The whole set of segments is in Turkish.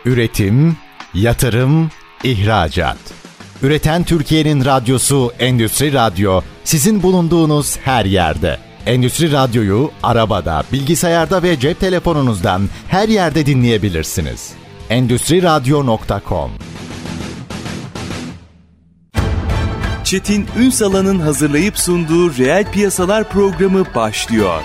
Üretim, yatırım, ihracat. Üreten Türkiye'nin radyosu Endüstri Radyo, sizin bulunduğunuz her yerde. Endüstri Radyo'yu arabada, bilgisayarda ve cep telefonunuzdan her yerde dinleyebilirsiniz. Endüstriradyo.com. Çetin Ünsal'ın hazırlayıp sunduğu Reel Piyasalar programı başlıyor.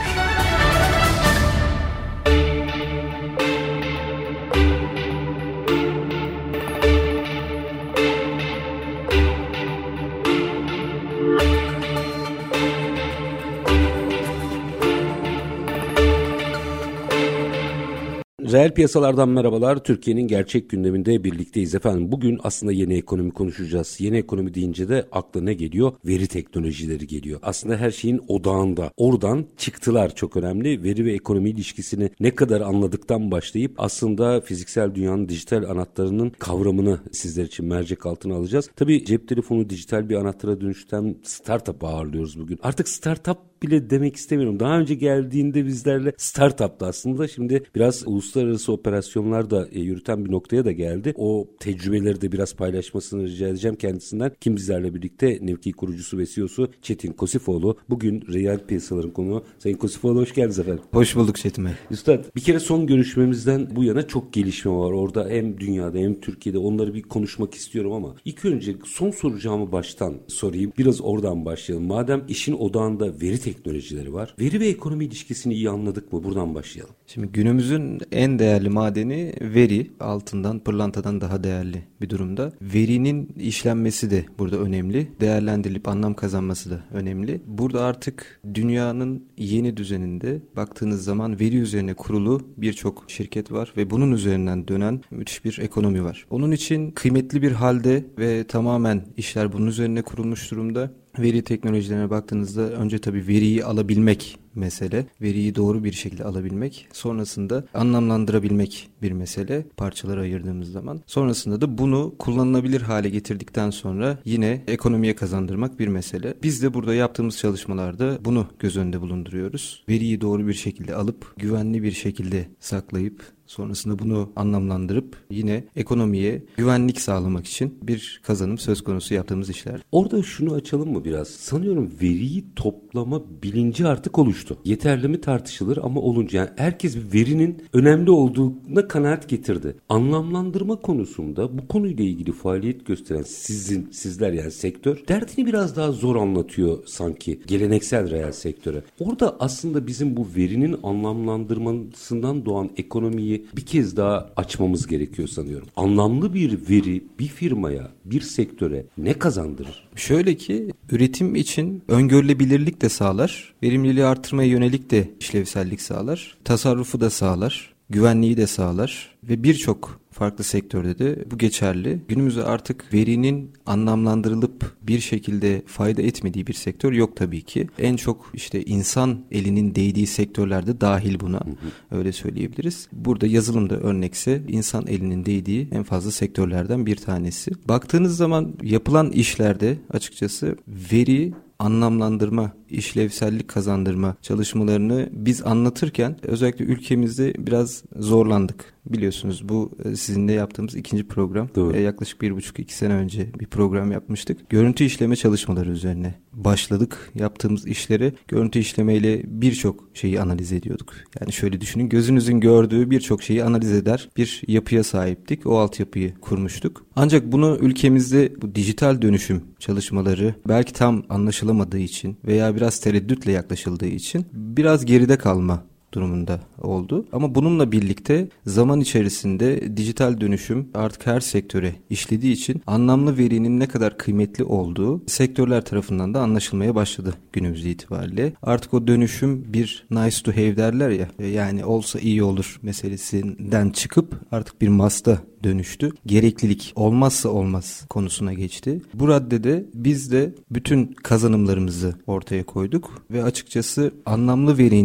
Reel piyasalardan merhabalar. Türkiye'nin gerçek gündeminde birlikteyiz efendim. Bugün aslında yeni ekonomi konuşacağız. Yeni ekonomi deyince de akla ne geliyor? Veri teknolojileri geliyor. Aslında her şeyin odağında. Oradan çıktılar çok önemli. Veri ve ekonomi ilişkisini ne kadar anladıktan başlayıp aslında fiziksel dünyanın dijital anahtarının kavramını sizler için mercek altına alacağız. Tabii cep telefonu dijital bir anahtara dönüşten startup ağırlıyoruz bugün. Artık startup bile demek istemiyorum. Daha önce geldiğinde bizlerle startup'tı aslında. Şimdi biraz uluslararası operasyonlar da yürüten bir noktaya da geldi. O tecrübeleri de biraz paylaşmasını rica edeceğim kendisinden. Kim bizlerle birlikte? Nevki kurucusu ve CEO'su Çetin Kosifoğlu. Bugün reel piyasaların konuğu. Sayın Kosifoğlu hoş geldiniz efendim. Hoş bulduk Çetin Bey. Üstad, bir kere son görüşmemizden bu yana çok gelişme var. Orada hem dünyada hem Türkiye'de onları bir konuşmak istiyorum ama ilk önce son soracağımı baştan sorayım. Biraz oradan başlayalım. Madem işin odağında veri teknolojileri var. Veri ve ekonomi ilişkisini iyi anladık mı? Buradan başlayalım. Şimdi günümüzün en değerli madeni veri. Altından, pırlantadan daha değerli bir durumda. Verinin işlenmesi de burada önemli. Değerlendirilip anlam kazanması da önemli. Burada artık dünyanın yeni düzeninde baktığınız zaman veri üzerine kurulu birçok şirket var ve bunun üzerinden dönen müthiş bir ekonomi var. Onun için kıymetli bir halde ve tamamen işler bunun üzerine kurulmuş durumda. Veri teknolojilerine baktığınızda önce tabii veriyi alabilmek mesele. Veriyi doğru bir şekilde alabilmek. Sonrasında anlamlandırabilmek bir mesele. Parçalara ayırdığımız zaman. Sonrasında da bunu kullanılabilir hale getirdikten sonra yine ekonomiye kazandırmak bir mesele. Biz de burada yaptığımız çalışmalarda bunu göz önünde bulunduruyoruz. Veriyi doğru bir şekilde alıp güvenli bir şekilde saklayıp sonrasında bunu anlamlandırıp yine ekonomiye güvenlik sağlamak için bir kazanım söz konusu yaptığımız işler. Orada şunu açalım mı biraz? Sanıyorum veriyi toplama bilinci artık oluştu. Yeterli mi tartışılır ama olunca yani herkes bir verinin önemli olduğuna kanaat getirdi. Anlamlandırma konusunda bu konuyla ilgili faaliyet gösteren sizler yani sektör derdini biraz daha zor anlatıyor sanki geleneksel reel sektöre. Orada aslında bizim bu verinin anlamlandırmasından doğan ekonomiyi bir kez daha açmamız gerekiyor sanıyorum. Anlamlı bir veri bir firmaya, bir sektöre ne kazandırır? Şöyle ki üretim için öngörülebilirlik de sağlar, verimliliği artırmaya yönelik de işlevsellik sağlar, tasarrufu da sağlar, güvenliği de sağlar ve birçok farklı sektörde de bu geçerli. Günümüzde artık verinin anlamlandırılıp bir şekilde fayda etmediği bir sektör yok tabii ki. En çok işte insan elinin değdiği sektörlerde dahil buna. Öyle söyleyebiliriz. Burada yazılımda örnekse insan elinin değdiği en fazla sektörlerden bir tanesi. Baktığınız zaman yapılan işlerde açıkçası veri anlamlandırma, işlevsellik kazandırma çalışmalarını biz anlatırken özellikle ülkemizde biraz zorlandık. Biliyorsunuz bu sizinle yaptığımız ikinci program. Doğru. Yaklaşık 1,5-2 sene önce bir program yapmıştık. Görüntü işleme çalışmaları üzerine başladık. Yaptığımız işleri görüntü işlemeyle birçok şeyi analiz ediyorduk. Yani şöyle düşünün, gözünüzün gördüğü birçok şeyi analiz eder bir yapıya sahiptik. O altyapıyı kurmuştuk. Ancak bunu ülkemizde bu dijital dönüşüm çalışmaları belki tam anlaşılamadığı için veya biraz tereddütle yaklaşıldığı için biraz geride kalma durumunda oldu. Ama bununla birlikte zaman içerisinde dijital dönüşüm artık her sektöre işlediği için anlamlı verinin ne kadar kıymetli olduğu sektörler tarafından da anlaşılmaya başladı günümüz itibariyle. Artık o dönüşüm bir nice to have derler ya, yani olsa iyi olur meselesinden çıkıp artık bir must'a dönüştü. Gereklilik, olmazsa olmaz konusuna geçti. Bu raddede biz de bütün kazanımlarımızı ortaya koyduk ve açıkçası anlamlı verinin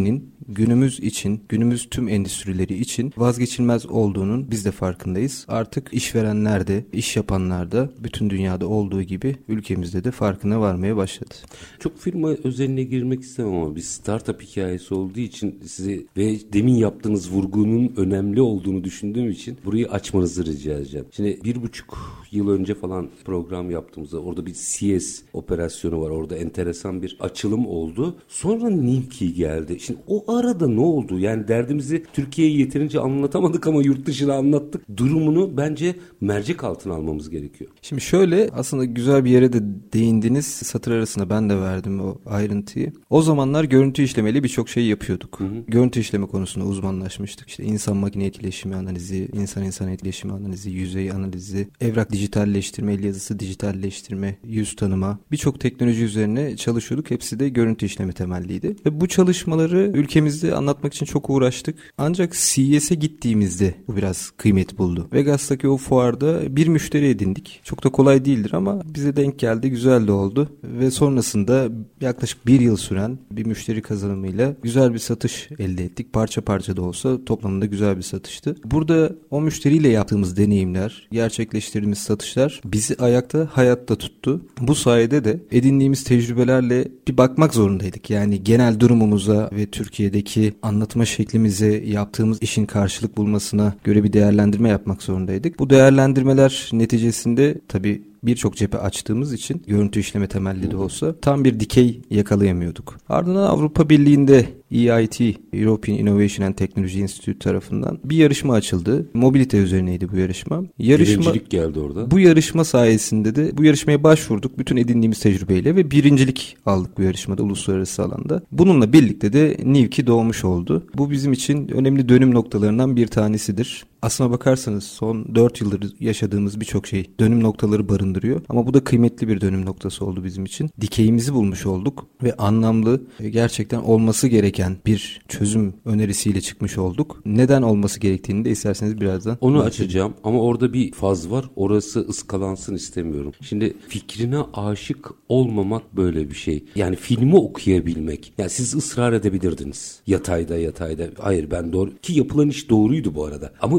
günümüz için, günümüz tüm endüstrileri için vazgeçilmez olduğunun biz de farkındayız. Artık işverenler de, iş yapanlar da bütün dünyada olduğu gibi ülkemizde de farkına varmaya başladı. Çok firma özeline girmek istemem ama bir startup hikayesi olduğu için size ve demin yaptığınız vurgunun önemli olduğunu düşündüğüm için burayı açmanızı rica edeceğim. Şimdi 1,5 yıl önce falan program yaptığımızda orada bir CS operasyonu var. Orada enteresan bir açılım oldu. Sonra Nivki geldi. Şimdi o arada ne oldu? Yani derdimizi Türkiye'ye yeterince anlatamadık ama yurt dışına anlattık. Durumunu bence mercek altına almamız gerekiyor. Şimdi şöyle, aslında güzel bir yere de değindiniz. Satır arasında ben de verdim o ayrıntıyı. O zamanlar görüntü işlemeli birçok şey yapıyorduk. Görüntü işleme konusunda uzmanlaşmıştık. İşte insan makine etkileşimi analizi, insan etkileşimi analizi, yüzey analizi, evrak dijitalleştirme, el yazısı dijitalleştirme, yüz tanıma, birçok teknoloji üzerine çalışıyorduk. Hepsi de görüntü işleme temelliydi. Ve bu çalışmaları ülkemizde anlatmak için çok uğraştık. Ancak CES'e gittiğimizde bu biraz kıymet buldu. Vegas'taki o fuarda bir müşteri edindik. Çok da kolay değildir ama bize denk geldi, güzel de oldu. Ve sonrasında yaklaşık 1 yıl süren bir müşteri kazanımıyla güzel bir satış elde ettik. Parça parça da olsa toplamında güzel bir satıştı. Burada o müşteriyle yaptığımız deneyimler, gerçekleştirdiğimiz satışlar bizi ayakta, hayatta tuttu. Bu sayede de edindiğimiz tecrübelerle bir bakmak zorundaydık. Yani genel durumumuza ve Türkiye'deki anlatma şeklimize, yaptığımız işin karşılık bulmasına göre bir değerlendirme yapmak zorundaydık. Bu değerlendirmeler neticesinde tabii birçok cephe açtığımız için görüntü işleme temelli de olsa tam bir dikey yakalayamıyorduk. Ardından Avrupa Birliği'nde EIT, European Innovation and Technology Institute tarafından bir yarışma açıldı. Mobilite üzerineydi bu yarışma. Birincilik geldi orada. Bu yarışma sayesinde de bu yarışmaya başvurduk bütün edindiğimiz tecrübeyle ve birincilik aldık bu yarışmada uluslararası alanda. Bununla birlikte de Nivki doğmuş oldu. Bu bizim için önemli dönüm noktalarından bir tanesidir. Aslına bakarsanız son 4 yıldır yaşadığımız birçok şey dönüm noktaları barındırıyor. Ama bu da kıymetli bir dönüm noktası oldu bizim için. Dikeyimizi bulmuş olduk ve anlamlı, gerçekten olması gereken bir çözüm önerisiyle çıkmış olduk. Neden olması gerektiğini de isterseniz birazdan onu açacağım ama orada bir faz var. Orası ıskalansın istemiyorum. Şimdi fikrine aşık olmamak böyle bir şey. Yani filmi okuyabilmek. Yani siz ısrar edebilirdiniz. Yatayda. Hayır ben doğru. Ki yapılan iş doğruydu bu arada. Ama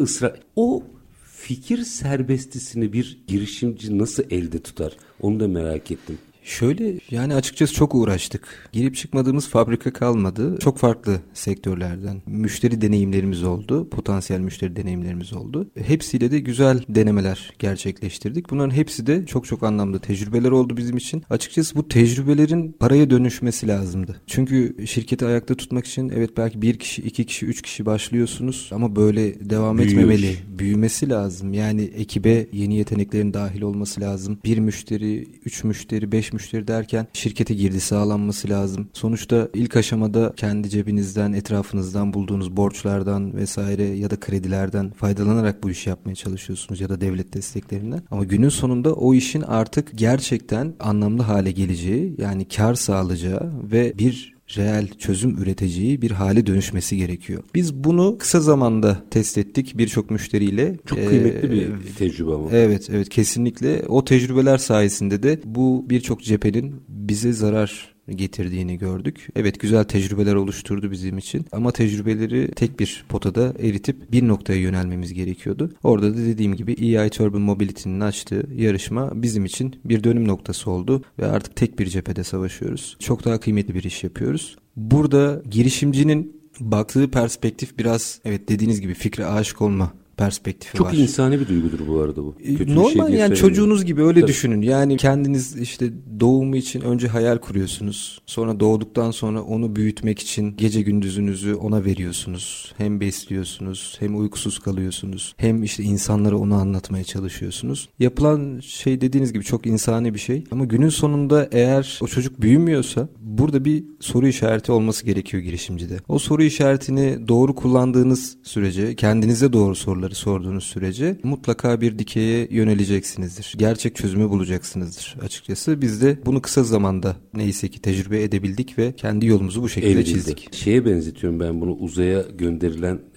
o fikir serbestisini bir girişimci nasıl elde tutar? Onu da merak ettim. Şöyle, yani açıkçası çok uğraştık. Girip çıkmadığımız fabrika kalmadı. Çok farklı sektörlerden müşteri deneyimlerimiz oldu. Potansiyel müşteri deneyimlerimiz oldu. Hepsiyle de güzel denemeler gerçekleştirdik. Bunların hepsi de çok anlamlı tecrübeler oldu bizim için. Açıkçası bu tecrübelerin paraya dönüşmesi lazımdı. Çünkü şirketi ayakta tutmak için evet belki 1 kişi, 2 kişi, 3 kişi başlıyorsunuz ama böyle devam etmemeli. Büyümesi lazım. Yani ekibe yeni yeteneklerin dahil olması lazım. 1 müşteri, 3 müşteri, 5 müşteri derken şirkete girdi sağlanması lazım. Sonuçta ilk aşamada kendi cebinizden, etrafınızdan bulduğunuz borçlardan vesaire ya da kredilerden faydalanarak bu işi yapmaya çalışıyorsunuz ya da devlet desteklerinden. Ama günün sonunda o işin artık gerçekten anlamlı hale geleceği, yani kar sağlayacağı ve bir reel çözüm üreteceği bir hale dönüşmesi gerekiyor. Biz bunu kısa zamanda test ettik birçok müşteriyle. Çok kıymetli bir tecrübe ama. Evet kesinlikle. O tecrübeler sayesinde de bu birçok cephenin bize zarar getirdiğini gördük. Evet, güzel tecrübeler oluşturdu bizim için ama tecrübeleri tek bir potada eritip bir noktaya yönelmemiz gerekiyordu. Orada da dediğim gibi EIT Urban Mobility'nin açtığı yarışma bizim için bir dönüm noktası oldu ve artık tek bir cephede savaşıyoruz. Çok daha kıymetli bir iş yapıyoruz. Burada girişimcinin baktığı perspektif biraz evet dediğiniz gibi fikre aşık olma perspektifi çok var. Çok insani bir duygudur bu arada bu. Kötü normal şey yani çocuğunuz gibi öyle Tabii. düşünün. Yani kendiniz işte doğumu için önce hayal kuruyorsunuz. Sonra doğduktan sonra onu büyütmek için gece gündüzünüzü ona veriyorsunuz. Hem besliyorsunuz, hem uykusuz kalıyorsunuz. Hem işte insanlara onu anlatmaya çalışıyorsunuz. Yapılan şey dediğiniz gibi çok insani bir şey. Ama günün sonunda eğer o çocuk büyümüyorsa burada bir soru işareti olması gerekiyor girişimcide. O soru işaretini doğru kullandığınız sürece, kendinize doğru soruları sorduğunuz sürece mutlaka bir dikeye yöneleceksinizdir. Gerçek çözümü bulacaksınızdır açıkçası. Biz de bunu kısa zamanda neyse ki tecrübe edebildik ve kendi yolumuzu bu şekilde çizdik. Şeye benzetiyorum ben bunu, uzaya gönderilen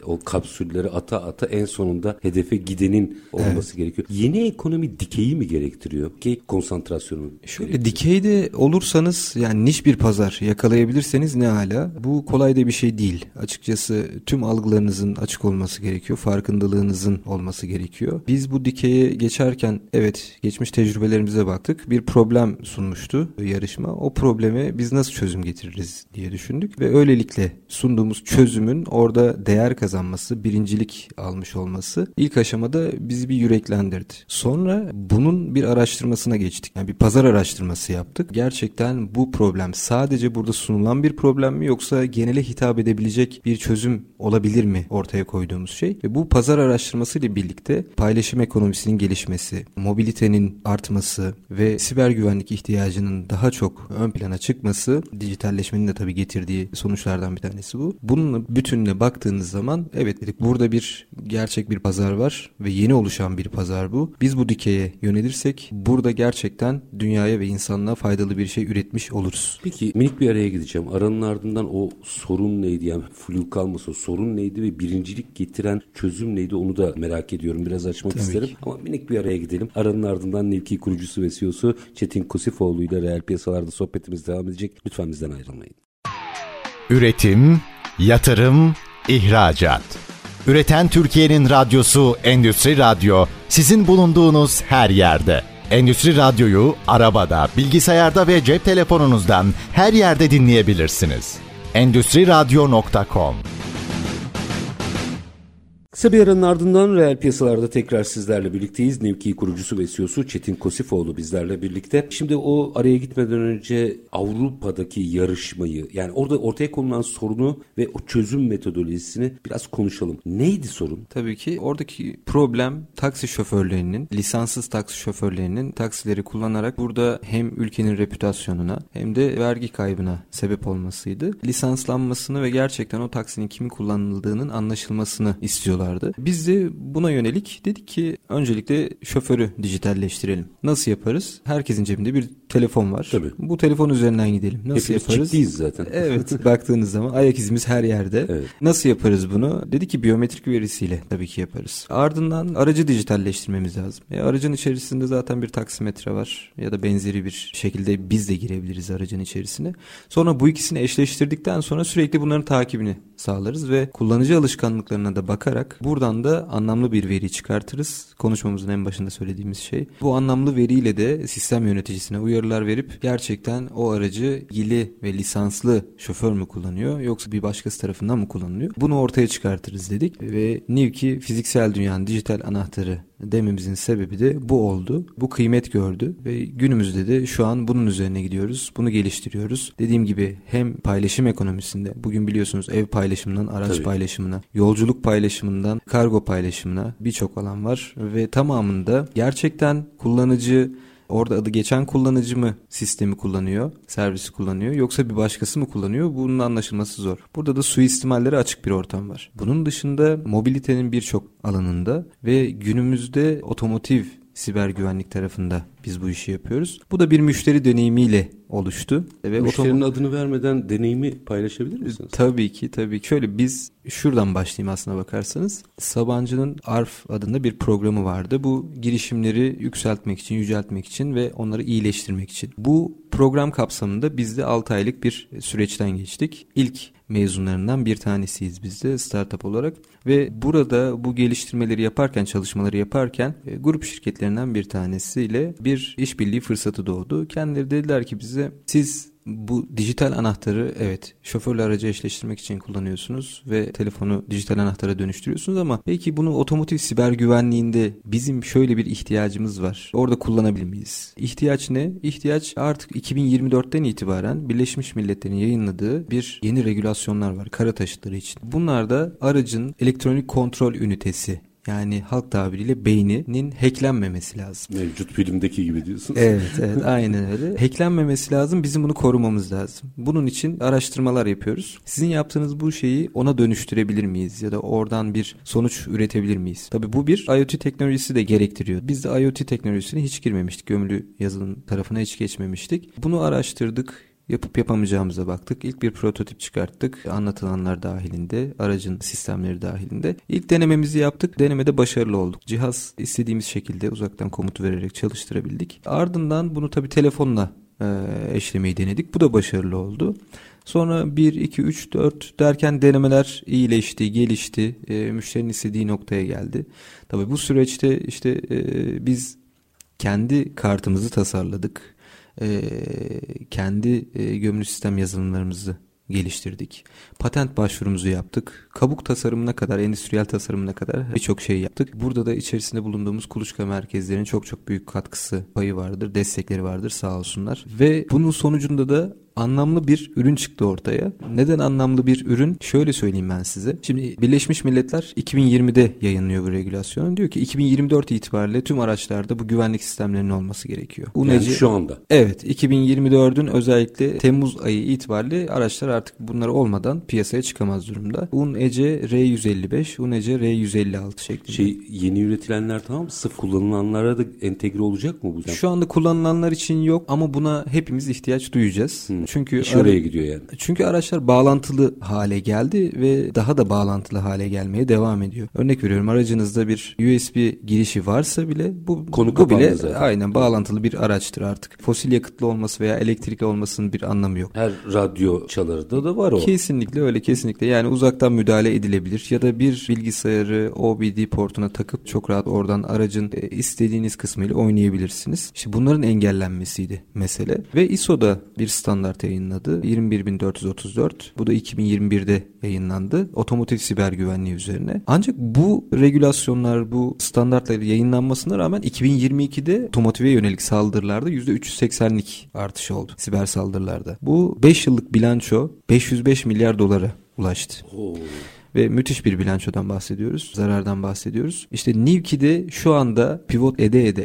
o kapsülleri ata en sonunda hedefe gidenin olması gerekiyor. Yeni ekonomi dikeyi mi gerektiriyor ki konsantrasyonu? Şöyle dikeyde olursanız yani niş bir pazar yakalayabilirseniz ne hala. Bu kolay da bir şey değil. Açıkçası tüm algılarınızın açık olması gerekiyor. Farkındalığınızın olması gerekiyor. Biz bu dikeye geçerken evet geçmiş tecrübelerimize baktık. Bir problem sunmuştu yarışma. O probleme biz nasıl çözüm getiririz diye düşündük ve öylelikle sunduğumuz çözümün orada değer kazanması, birincilik almış olması ilk aşamada bizi bir yüreklendirdi. Sonra bunun bir araştırmasına geçtik. Yani bir pazar araştırması yaptık. Gerçekten bu problem sadece burada sunulan bir problem mi yoksa genele hitap edebilecek bir çözüm olabilir mi ortaya koyduğumuz şey? Ve bu pazar araştırması ile birlikte paylaşım ekonomisinin gelişmesi, mobilitenin artması ve siber güvenlik ihtiyacının daha çok ön plana çıkması, dijitalleşmenin de tabii getirdiği sonuçlardan bir tanesi bu. Bunun bütününe baktığınız zaman evet dedik burada bir gerçek bir pazar var ve yeni oluşan bir pazar bu. Biz bu dikeye yönelirsek burada gerçekten dünyaya ve insanlığa faydalı bir şey üretmiş oluruz. Peki minik bir araya gideceğim. Aranın ardından o sorun neydi? Yani flu kalmasın. Sorun neydi ve birincilik getiren çözüm neydi? Onu da merak ediyorum. Biraz açmak Tabii isterim. ki. Ama minik bir araya gidelim. Aranın ardından Nevki kurucusu ve CEO'su Çetin Kosifoğlu ile reel piyasalarda sohbetimiz devam edecek. Lütfen bizden ayrılmayın. Üretim, yatırım, ihracat. Üreten Türkiye'nin radyosu Endüstri Radyo sizin bulunduğunuz her yerde. Endüstri Radyo'yu arabada, bilgisayarda ve cep telefonunuzdan her yerde dinleyebilirsiniz. Endüstriradyo.com. Kısa bir aranın ardından reel piyasalarda tekrar sizlerle birlikteyiz. Nevki kurucusu ve CEO'su Çetin Kosifoğlu bizlerle birlikte. Şimdi o araya gitmeden önce Avrupa'daki yarışmayı, yani orada ortaya konulan sorunu ve o çözüm metodolojisini biraz konuşalım. Neydi sorun? Tabii ki oradaki problem taksi şoförlerinin, lisanssız taksi şoförlerinin taksileri kullanarak burada hem ülkenin reputasyonuna hem de vergi kaybına sebep olmasıydı. Lisanslanmasını ve gerçekten o taksinin kimin kullanıldığının anlaşılmasını istiyorlar. Biz de buna yönelik dedik ki öncelikle şoförü dijitalleştirelim. Nasıl yaparız? Herkesin cebinde bir telefon var. Tabii. Bu telefon üzerinden gidelim. Nasıl hepimiz yaparız? Çipteyiz zaten. Evet, baktığınız zaman ayak izimiz her yerde. Evet. Nasıl yaparız bunu? Dedi ki biyometrik verisiyle tabii ki yaparız. Ardından aracı dijitalleştirmemiz lazım. Aracın içerisinde zaten bir taksimetre var ya da benzeri bir şekilde biz de girebiliriz aracın içerisine. Sonra bu ikisini eşleştirdikten sonra sürekli bunların takibini sağlarız ve kullanıcı alışkanlıklarına da bakarak buradan da anlamlı bir veri çıkartırız. Konuşmamızın en başında söylediğimiz şey. Bu anlamlı veriyle de sistem yöneticisine uyarılar verip gerçekten o aracı ilgili ve lisanslı şoför mü kullanıyor yoksa bir başkası tarafından mı kullanılıyor? Bunu ortaya çıkartırız dedik ve Nivki fiziksel dünyanın dijital anahtarı dememizin sebebi de bu oldu. Bu kıymet gördü ve günümüzde de şu an bunun üzerine gidiyoruz. Bunu geliştiriyoruz. Dediğim gibi hem paylaşım ekonomisinde bugün biliyorsunuz ev paylaşımından araç paylaşımına, yolculuk paylaşımından kargo paylaşımına birçok alan var ve tamamında gerçekten kullanıcı orada adı geçen kullanıcı mı sistemi kullanıyor, servisi kullanıyor yoksa bir başkası mı kullanıyor? Bunun anlaşılması zor. Burada da suistimallere açık bir ortam var. Bunun dışında mobilitenin birçok alanında ve günümüzde otomotiv siber güvenlik tarafında biz bu işi yapıyoruz. Bu da bir müşteri deneyimiyle oluştu. Ve müşterinin adını vermeden deneyimi paylaşabilir misiniz? Tabii ki. Şöyle biz şuradan başlayayım aslına bakarsanız. Sabancı'nın ARF adında bir programı vardı. Bu girişimleri yükseltmek için, yüceltmek için ve onları iyileştirmek için. Bu program kapsamında biz de 6 aylık bir süreçten geçtik. İlk mezunlarından bir tanesiyiz biz de startup olarak ve burada bu geliştirmeleri yaparken, çalışmaları yaparken grup şirketlerinden bir tanesiyle bir işbirliği fırsatı doğdu. Kendileri dediler ki bize siz bu dijital anahtarı evet şoförle aracı eşleştirmek için kullanıyorsunuz ve telefonu dijital anahtara dönüştürüyorsunuz ama belki bunu otomotiv siber güvenliğinde bizim şöyle bir ihtiyacımız var. Orada kullanabilir miyiz? İhtiyaç ne? İhtiyaç artık 2024'ten itibaren Birleşmiş Milletler'in yayınladığı bir yeni regülasyonlar var kara taşıtları için. Bunlar da aracın elektronik kontrol ünitesi yani halk tabiriyle beyninin hacklenmemesi lazım. Mevcut filmdeki gibi diyorsunuz. Evet aynen öyle. Hacklenmemesi lazım. Bizim bunu korumamız lazım. Bunun için araştırmalar yapıyoruz. Sizin yaptığınız bu şeyi ona dönüştürebilir miyiz? Ya da oradan bir sonuç üretebilir miyiz? Tabii bu bir IoT teknolojisi de gerektiriyor. Biz de IoT teknolojisine hiç girmemiştik. Gömülü yazılım tarafına hiç geçmemiştik. Bunu araştırdık. Yapıp yapamayacağımıza baktık. İlk bir prototip çıkarttık. Anlatılanlar dahilinde, aracın sistemleri dahilinde. İlk denememizi yaptık. Denemede başarılı olduk. Cihaz istediğimiz şekilde uzaktan komut vererek çalıştırabildik. Ardından bunu tabii telefonla eşlemeyi denedik. Bu da başarılı oldu. Sonra 1, 2, 3, 4 derken denemeler iyileşti, gelişti. Müşterinin istediği noktaya geldi. Tabii bu süreçte işte biz kendi kartımızı tasarladık. Kendi gömülü sistem yazılımlarımızı geliştirdik. Patent başvurumuzu yaptık. Kabuk tasarımına kadar, endüstriyel tasarımına kadar birçok şey yaptık. Burada da içerisinde bulunduğumuz kuluçka merkezlerinin çok büyük katkısı, payı vardır, destekleri vardır sağ olsunlar. Ve bunun sonucunda da anlamlı bir ürün çıktı ortaya. Neden anlamlı bir ürün? Şöyle söyleyeyim ben size. Şimdi Birleşmiş Milletler 2020'de yayınlıyor bu regülasyonu. Diyor ki 2024 itibariyle tüm araçlarda bu güvenlik sistemlerinin olması gerekiyor. Yani şu anda. Evet, 2024'ün özellikle Temmuz ayı itibariyle araçlar artık bunlar olmadan piyasaya çıkamaz durumda. UNECE R155, UNECE R156 şeklinde. Yeni üretilenler tamam, sırf kullanılanlara da entegre olacak mı bu? Şu anda kullanılanlar için yok ama buna hepimiz ihtiyaç duyacağız. Çünkü İş oraya gidiyor yani. Çünkü araçlar bağlantılı hale geldi ve daha da bağlantılı hale gelmeye devam ediyor. Örnek veriyorum, aracınızda bir USB girişi varsa bile bu bile zaten. Aynen bağlantılı bir araçtır artık. Fosil yakıtlı olması veya elektrikli olmasının bir anlamı yok. Her radyo çalarında da var o. Kesinlikle öyle, kesinlikle. Yani uzaktan müdahale edilebilir ya da bir bilgisayarı OBD portuna takıp çok rahat oradan aracın istediğiniz kısmıyla oynayabilirsiniz. İşte bunların engellenmesiydi mesele. Ve ISO'da bir standart yayınladı. 21434. Bu da 2021'de yayınlandı. Otomotiv siber güvenliği üzerine. Ancak bu regülasyonlar, bu standartlar yayınlanmasına rağmen 2022'de otomotive yönelik saldırılarda %380'lik artış oldu siber saldırılarda. Bu 5 yıllık bilanço 505 milyar dolara ulaştı. Ve müthiş bir bilançodan bahsediyoruz. Zarardan bahsediyoruz. İşte Nivki'de şu anda pivot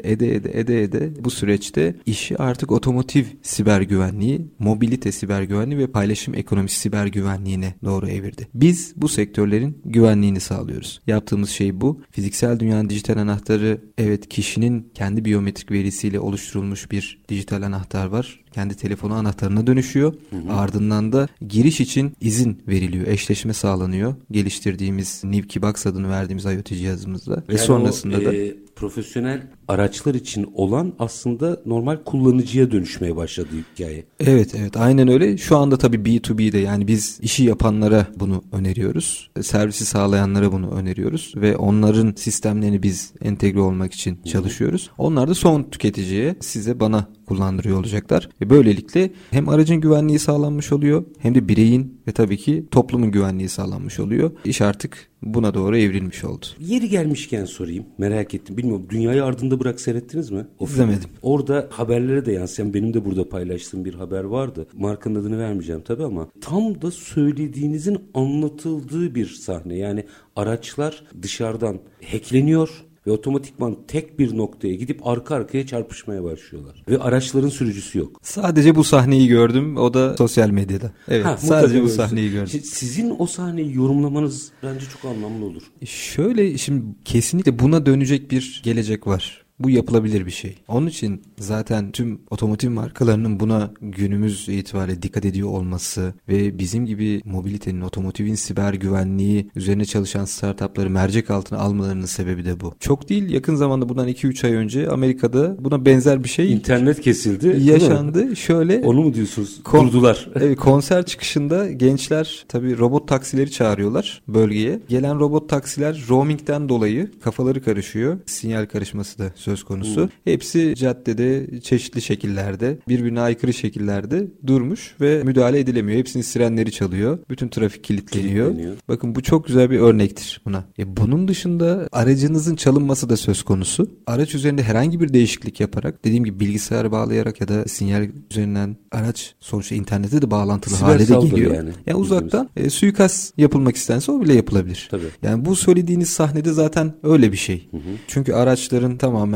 ede bu süreçte işi artık otomotiv siber güvenliği, mobilite siber güvenliği ve paylaşım ekonomisi siber güvenliğine doğru evirdi. Biz bu sektörlerin güvenliğini sağlıyoruz. Yaptığımız şey bu. Fiziksel dünyanın dijital anahtarı, evet, kişinin kendi biyometrik verisiyle oluşturulmuş bir dijital anahtar var. Kendi telefonu anahtarına dönüşüyor. Ardından da giriş için izin veriliyor. Eşleşme sağlanıyor. Geliştirdiğimiz Nivki Box adını verdiğimiz IoT cihazımızla. Ve yani sonrasında da profesyonel araçlar için olan aslında normal kullanıcıya dönüşmeye başladı hikaye. Evet, aynen öyle. Şu anda tabii B2B'de, yani biz işi yapanlara bunu öneriyoruz. Servisi sağlayanlara bunu öneriyoruz ve onların sistemlerini biz entegre olmak için çalışıyoruz. Onlar da son tüketiciye, size, bana kullandırıyor olacaklar. Ve böylelikle hem aracın güvenliği sağlanmış oluyor hem de bireyin ve tabii ki toplumun güvenliği sağlanmış oluyor. İş artık buna doğru evrilmiş oldu. Yeri gelmişken sorayım. Merak ettim. Bilmiyorum, Dünyayı Ardında Bırak seyrettiniz mi? İzlemedim. Orada haberlere de yansıyan, benim de burada paylaştığım bir haber vardı. Markanın adını vermeyeceğim tabii ama tam da söylediğinizin anlatıldığı bir sahne. Yani araçlar dışarıdan hackleniyor ve otomatikman tek bir noktaya gidip arka arkaya çarpışmaya başlıyorlar. Ve araçların sürücüsü yok. Sadece bu sahneyi gördüm. O da sosyal medyada. Evet, sadece bu sahneyi gördüm. Sizin o sahneyi yorumlamanız bence çok anlamlı olur. Şöyle, şimdi kesinlikle buna dönecek bir gelecek var. Bu yapılabilir bir şey. Onun için zaten tüm otomotiv markalarının buna günümüz itibariyle dikkat ediyor olması ve bizim gibi mobilitenin, otomotivin siber güvenliği üzerine çalışan startupları mercek altına almalarının sebebi de bu. Çok değil, yakın zamanda, bundan 2-3 ay önce Amerika'da buna benzer bir şey İnternet kesildi. Yaşandı. Şöyle. Onu mu diyorsunuz? Kurdular. Evet, konser çıkışında gençler tabii robot taksileri çağırıyorlar bölgeye. Gelen robot taksiler roamingden dolayı kafaları karışıyor. Sinyal karışması da söz konusu. Hepsi caddede çeşitli şekillerde, birbirine aykırı şekillerde durmuş ve müdahale edilemiyor. Hepsinin sirenleri çalıyor. Bütün trafik kilitleniyor. Bakın, bu çok güzel bir örnektir buna. Bunun dışında aracınızın çalınması da söz konusu. Araç üzerinde herhangi bir değişiklik yaparak, dediğim gibi bilgisayara bağlayarak ya da sinyal üzerinden, araç sonuçta internete de bağlantılı siber hale de geliyor. Yani uzaktan suikast yapılmak istense o bile yapılabilir. Tabii. Yani bu söylediğiniz sahnede zaten öyle bir şey. Çünkü araçların tamamen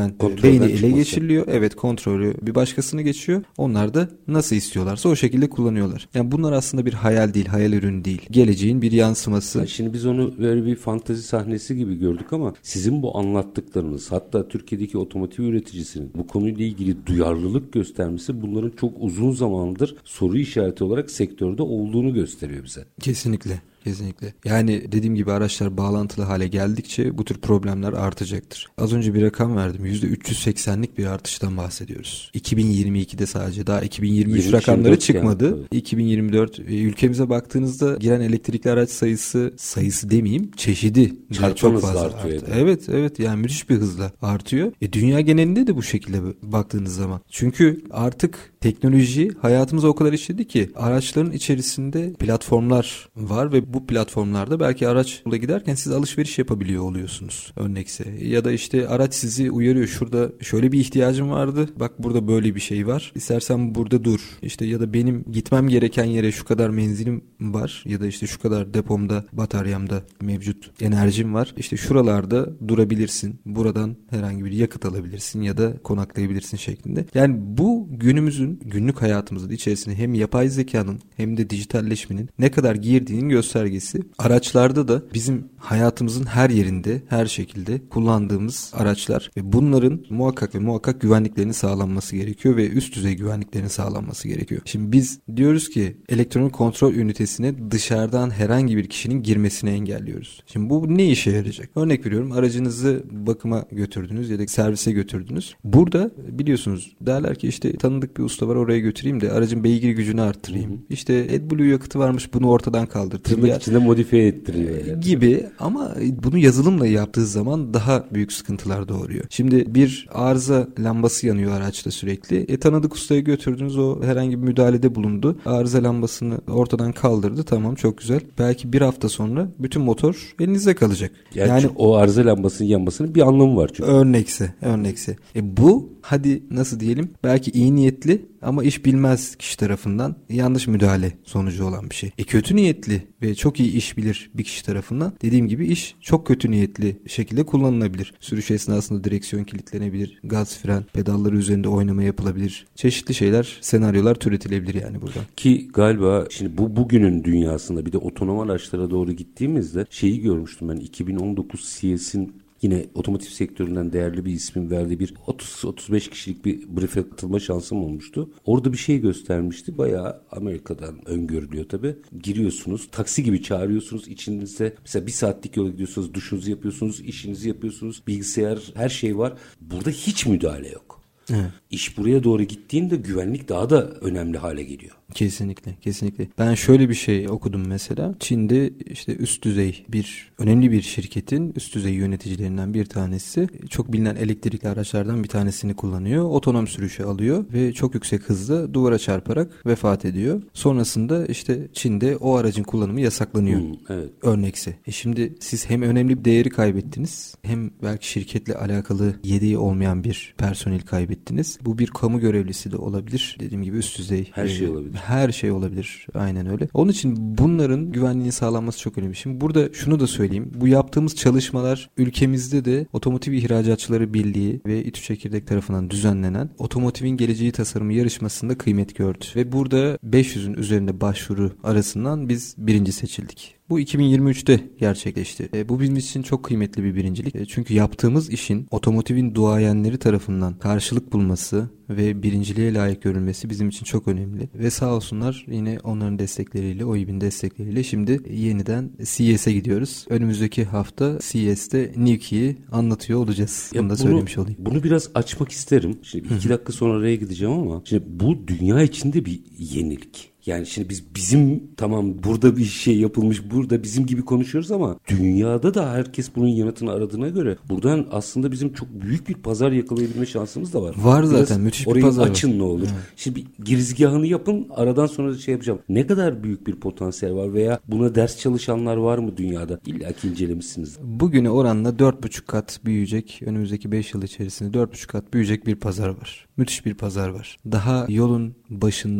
tamamen Kontrolden beyni ele çıkması. geçiriliyor. Evet, kontrolü bir başkasına geçiyor. Onlar da nasıl istiyorlarsa o şekilde kullanıyorlar. Yani bunlar aslında bir hayal değil, hayal ürünü değil. Geleceğin bir yansıması. Yani şimdi biz onu böyle bir fantezi sahnesi gibi gördük ama sizin bu anlattıklarınız, hatta Türkiye'deki otomotiv üreticisinin bu konuyla ilgili duyarlılık göstermesi bunların çok uzun zamandır soru işareti olarak sektörde olduğunu gösteriyor bize. Kesinlikle. Kesinlikle. Yani dediğim gibi araçlar bağlantılı hale geldikçe bu tür problemler artacaktır. Az önce bir rakam verdim. %380'lik bir artıştan bahsediyoruz. 2022'de sadece. Daha 2023 rakamları çıkmadı. Yani, 2024 ülkemize baktığınızda giren elektrikli araç sayısı demeyeyim, çeşidi çok fazla artıyor. Evet yani müthiş bir hızla artıyor. Dünya genelinde de bu şekilde baktığınız zaman. Çünkü artık teknoloji hayatımıza o kadar işledi ki araçların içerisinde platformlar var ve bu platformlarda belki araçla giderken siz alışveriş yapabiliyor oluyorsunuz örnekse. Ya da işte araç sizi uyarıyor. Şurada şöyle bir ihtiyacım vardı. Bak burada böyle bir şey var. İstersen burada dur. İşte ya da benim gitmem gereken yere şu kadar menzilim var. Ya da işte şu kadar depomda, bataryamda mevcut enerjim var. İşte şuralarda durabilirsin. Buradan herhangi bir yakıt alabilirsin ya da konaklayabilirsin şeklinde. Yani bu günümüzün, günlük hayatımızın içerisine hem yapay zekanın hem de dijitalleşmenin ne kadar girdiğinin göstergesi. Araçlarda da bizim hayatımızın her yerinde, her şekilde kullandığımız araçlar ve bunların muhakkak güvenliklerinin sağlanması gerekiyor ve üst düzey güvenliklerinin sağlanması gerekiyor. Şimdi biz diyoruz ki elektronik kontrol ünitesine dışarıdan herhangi bir kişinin girmesini engelliyoruz. Şimdi bu ne işe yarayacak? Örnek veriyorum, aracınızı bakıma götürdünüz ya da servise götürdünüz. Burada biliyorsunuz derler ki işte tanıdık bir usta var, oraya götüreyim de aracın beygir gücünü arttırayım. İşte AdBlue yakıtı varmış, bunu ortadan kaldırtayım. İçinde modifiye ettiriyor. Yani. Gibi, ama bunu yazılımla yaptığı zaman daha büyük sıkıntılar doğuruyor. Şimdi bir arıza lambası yanıyor araçta sürekli. Tanıdık ustaya götürdünüz, o herhangi bir müdahalede bulundu. Arıza lambasını ortadan kaldırdı. Tamam, çok güzel. Belki bir hafta sonra bütün motor elinizde kalacak. Yani o arıza lambasının yanmasının bir anlamı var çünkü. Örnekse. Bu hadi nasıl diyelim, belki iyi niyetli ama iş bilmez kişi tarafından yanlış müdahale sonucu olan bir şey. Kötü niyetli ve çok iyi iş bilir bir kişi tarafından dediğim gibi iş çok kötü niyetli şekilde kullanılabilir. Sürüş esnasında direksiyon kilitlenebilir, gaz fren pedalları üzerinde oynama yapılabilir. Çeşitli şeyler, senaryolar türetilebilir yani burada. Ki galiba şimdi bu bugünün dünyasında bir de otonom araçlara doğru gittiğimizde şeyi görmüştüm ben, 2019 CES'in yine otomotiv sektöründen değerli bir ismin verdiği bir 30-35 kişilik bir brief'e katılma şansım olmuştu. Orada bir şey göstermişti. Bayağı Amerika'dan öngörülüyor tabii. Giriyorsunuz, taksi gibi çağırıyorsunuz. İçinizde mesela 1 saatlik yola gidiyorsunuz, duşunuzu yapıyorsunuz, işinizi yapıyorsunuz, bilgisayar, her şey var. Burada hiç müdahale yok. Evet. İş buraya doğru gittiğinde güvenlik daha da önemli hale geliyor. Kesinlikle. Ben şöyle bir şey okudum mesela. Çin'de işte üst düzey önemli bir şirketin üst düzey yöneticilerinden bir tanesi çok bilinen elektrikli araçlardan bir tanesini kullanıyor. Otonom sürüşe alıyor ve çok yüksek hızda duvara çarparak vefat ediyor. Sonrasında işte Çin'de o aracın kullanımı yasaklanıyor. Evet. Örnekse. Şimdi siz hem önemli bir değeri kaybettiniz, hem belki şirketle alakalı yedeği olmayan bir personel kaybettiniz. Bu bir kamu görevlisi de olabilir. Dediğim gibi üst düzey. Her şey olabilir. Her şey olabilir. Aynen öyle. Onun için bunların güvenliğinin sağlanması çok önemli. Şimdi burada şunu da söyleyeyim. Bu yaptığımız çalışmalar ülkemizde de Otomotiv İhracatçıları Birliği ve İTÜ Çekirdek tarafından düzenlenen Otomotivin Geleceği Tasarımı yarışmasında kıymet gördü. Ve burada 500'ün üzerinde başvuru arasından biz birinci seçildik. Bu 2023'te gerçekleşti. Bu bizim için çok kıymetli bir birincilik. Çünkü yaptığımız işin otomotivin duayenleri tarafından karşılık bulması ve birinciliğe layık görülmesi bizim için çok önemli. Ve sağ olsunlar yine onların destekleriyle, OİB'in destekleriyle şimdi yeniden CES'e gidiyoruz. Önümüzdeki hafta CES'te Newkey'i anlatıyor olacağız. Bunu da söylemiş olayım. Bunu biraz açmak isterim. Şimdi 2 dakika sonra oraya gideceğim ama şimdi bu dünya içinde bir yenilik. Yani şimdi bizim tamam burada bir şey yapılmış, burada bizim gibi konuşuyoruz ama dünyada da herkes bunun yanıtını aradığına göre buradan aslında bizim çok büyük bir pazar yakalayabilme şansımız da var. Var zaten, müthiş bir pazar var. Orayı açın ne olur. Evet. Şimdi bir girizgahını yapın, aradan sonra da şey yapacağım. Ne kadar büyük bir potansiyel var veya buna ders çalışanlar var mı dünyada? İlla ki incelemişsiniz. Bugüne oranla 4,5 kat büyüyecek, önümüzdeki 5 yıl içerisinde 4,5 kat büyüyecek bir pazar var. Müthiş bir pazar var. Daha yolun başında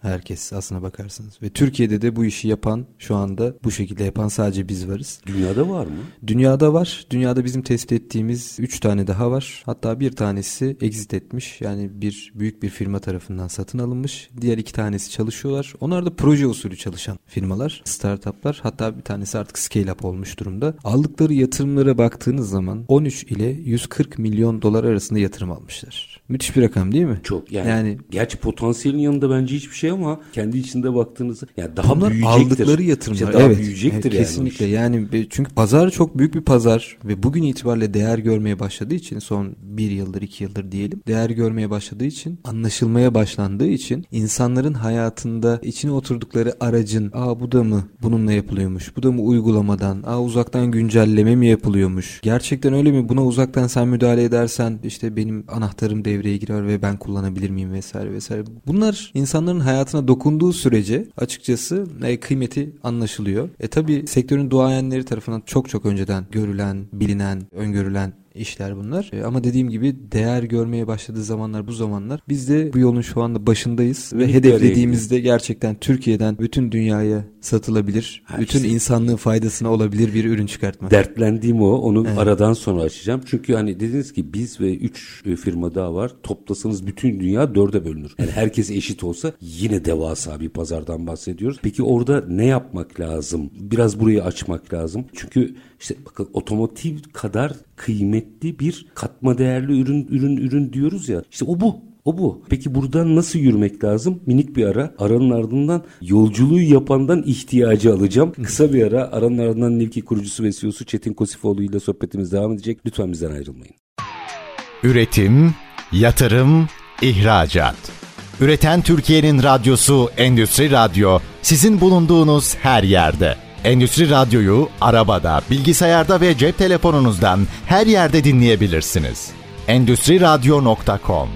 herkes aslına bakarsanız. Ve Türkiye'de de bu işi yapan, şu anda bu şekilde yapan sadece biz varız. Dünyada var mı? Dünyada var. Dünyada bizim tespit ettiğimiz 3 tane daha var. Hatta bir tanesi exit etmiş. Yani büyük bir firma tarafından satın alınmış. Diğer 2 tanesi çalışıyorlar. Onlar da proje usulü çalışan firmalar, startuplar. Hatta bir tanesi artık scale up olmuş durumda. Aldıkları yatırımlara baktığınız zaman 13 ile 140 milyon dolar arasında yatırım almışlar. Müthiş bir rakam değil mi? Çok yani gerçi potansiyelin yanında bence hiçbir şey ama kendi içinde baktığınızda yani daha bunlar büyüyecektir. Aldıkları yatırımlar. İşte daha büyüyecektir yani. Kesinlikle. Yani çünkü pazar çok büyük bir pazar ve bugün itibariyle değer görmeye başladığı için, son 1 yıldır 2 yıldır diyelim, değer görmeye başladığı için, anlaşılmaya başlandığı için insanların hayatında içine oturdukları aracın bu da mı bununla yapılıyormuş, bu da mı uygulamadan, uzaktan güncelleme mi yapılıyormuş, gerçekten öyle mi, buna uzaktan sen müdahale edersen işte benim anahtarım devreye girer ve ben kullanabilir miyim vesaire vesaire. Bunlar insanların hayatına dokunduğu sürece açıkçası kıymeti anlaşılıyor. Tabii sektörün duayenleri tarafından çok önceden görülen, bilinen, öngörülen işler bunlar. Ama dediğim gibi değer görmeye başladığı zamanlar bu zamanlar. Biz de bu yolun şu anda başındayız ve hedeflediğimizde gerçekten Türkiye'den bütün dünyaya satılabilir, bütün insanlığın faydasına olabilir bir ürün çıkartmak. Dertlendiğim onu aradan sonra açacağım. Çünkü hani dediniz ki biz ve 3 firma daha var. Toplasanız bütün dünya 4'e bölünür. Yani herkes eşit olsa yine devasa bir pazardan bahsediyoruz. Peki orada ne yapmak lazım? Biraz burayı açmak lazım. Çünkü işte bakın otomotiv kadar kıymetli bir katma değerli ürün diyoruz ya. İşte o bu. Peki buradan nasıl yürümek lazım? Minik bir ara. Aranın ardından yolculuğu yapandan ihtiyacı alacağım. Kısa bir ara. Aranın ardından Nilki kurucusu ve CEO'su Çetin Kosifoğlu ile sohbetimiz devam edecek. Lütfen bizden ayrılmayın. Üretim, yatırım, ihracat. Üreten Türkiye'nin radyosu Endüstri Radyo sizin bulunduğunuz her yerde. Endüstri Radyo'yu arabada, bilgisayarda ve cep telefonunuzdan her yerde dinleyebilirsiniz. Endüstriradyo.com.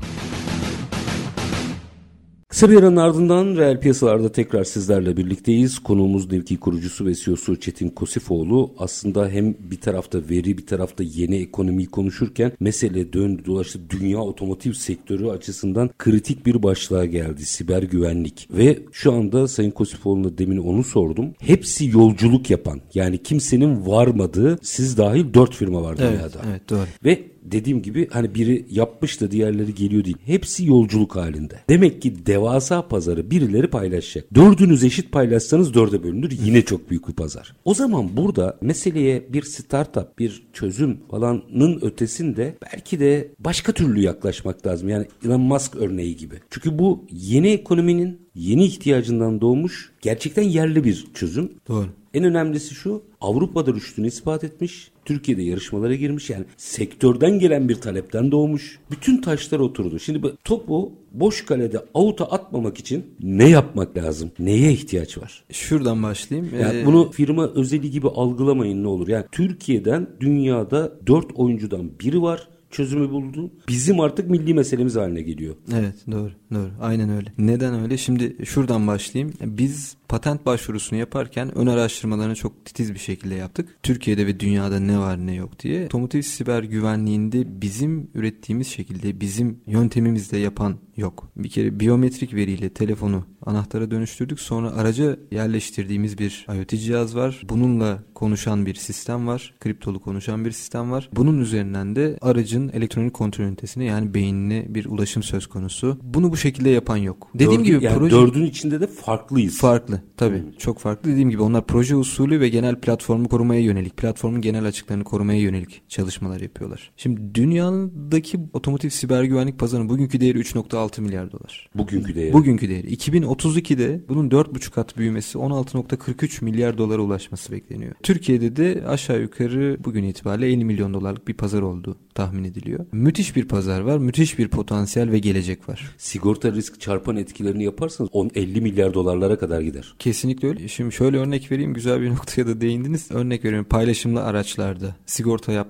Kısa bir aranın ardından reel piyasalarda tekrar sizlerle birlikteyiz. Konuğumuz Nilki kurucusu ve CEO'su Çetin Kosifoğlu. Aslında hem bir tarafta veri, bir tarafta yeni ekonomiyi konuşurken mesele döndü dolaştı. Dünya otomotiv sektörü açısından kritik bir başlığa geldi. Siber güvenlik. Ve şu anda Sayın Kosifoğlu'na demin onu sordum. Hepsi yolculuk yapan, yani kimsenin varmadığı, siz dahil 4 firma var dünyada. Evet, doğru. Ve dediğim gibi hani biri yapmış da diğerleri geliyor değil. Hepsi yolculuk halinde. Demek ki devasa pazarı birileri paylaşacak. 4'ünüz eşit paylaşsanız 4'e bölünür. Yine çok büyük bir pazar. O zaman burada meseleye bir startup, bir çözüm falanın ötesinde belki de başka türlü yaklaşmak lazım. Yani Elon Musk örneği gibi. Çünkü bu yeni ekonominin yeni ihtiyacından doğmuş gerçekten yerli bir çözüm. Doğru. En önemlisi şu, Avrupa'da rüştünü ispat etmiş, Türkiye'de yarışmalara girmiş, yani sektörden gelen bir talepten doğmuş. Bütün taşlar oturdu. Şimdi topu boş kalede avuta atmamak için ne yapmak lazım? Neye ihtiyaç var? Şuradan başlayayım. Yani bunu firma özeli gibi algılamayın ne olur. Yani Türkiye'den dünyada 4 oyuncudan biri var. Çözümü buldu. Bizim artık milli meselemiz haline geliyor. Evet, doğru. Aynen öyle. Neden öyle? Şimdi şuradan başlayayım. Biz patent başvurusunu yaparken ön araştırmalarını çok titiz bir şekilde yaptık. Türkiye'de ve dünyada ne var ne yok diye. Otomotiv siber güvenliğinde bizim ürettiğimiz şekilde, bizim yöntemimizde yapan yok. Bir kere biyometrik veriyle telefonu anahtara dönüştürdük. Sonra araca yerleştirdiğimiz bir IoT cihaz var. Bununla konuşan bir sistem var. Kriptolu konuşan bir sistem var. Bunun üzerinden de aracın elektronik kontrol ünitesine, yani beynine bir ulaşım söz konusu. Bunu bu şekilde yapan yok. Dediğim gibi yani proje... 4'ün içinde de farklıyız. Farklı. Tabii. Çok farklı. Dediğim gibi onlar proje usulü ve genel platformu korumaya yönelik, platformun genel açıklarını korumaya yönelik çalışmalar yapıyorlar. Şimdi dünyadaki otomotiv siber güvenlik pazarının bugünkü değeri 3.6 milyar dolar. Bugünkü değeri. 2032'de bunun 4,5 kat büyümesi 16.43 milyar dolara ulaşması bekleniyor. Türkiye'de de aşağı yukarı bugün itibariyle 50 milyon dolarlık bir pazar olduğu tahmin ediliyor. Müthiş bir pazar var. Müthiş bir potansiyel ve gelecek var. Sigorta risk çarpan etkilerini yaparsanız 50 milyar dolarlara kadar gider. Kesinlikle öyle. Şimdi şöyle örnek vereyim. Güzel bir noktaya da değindiniz. Örnek veriyorum, paylaşımlı araçlarda sigorta yapmak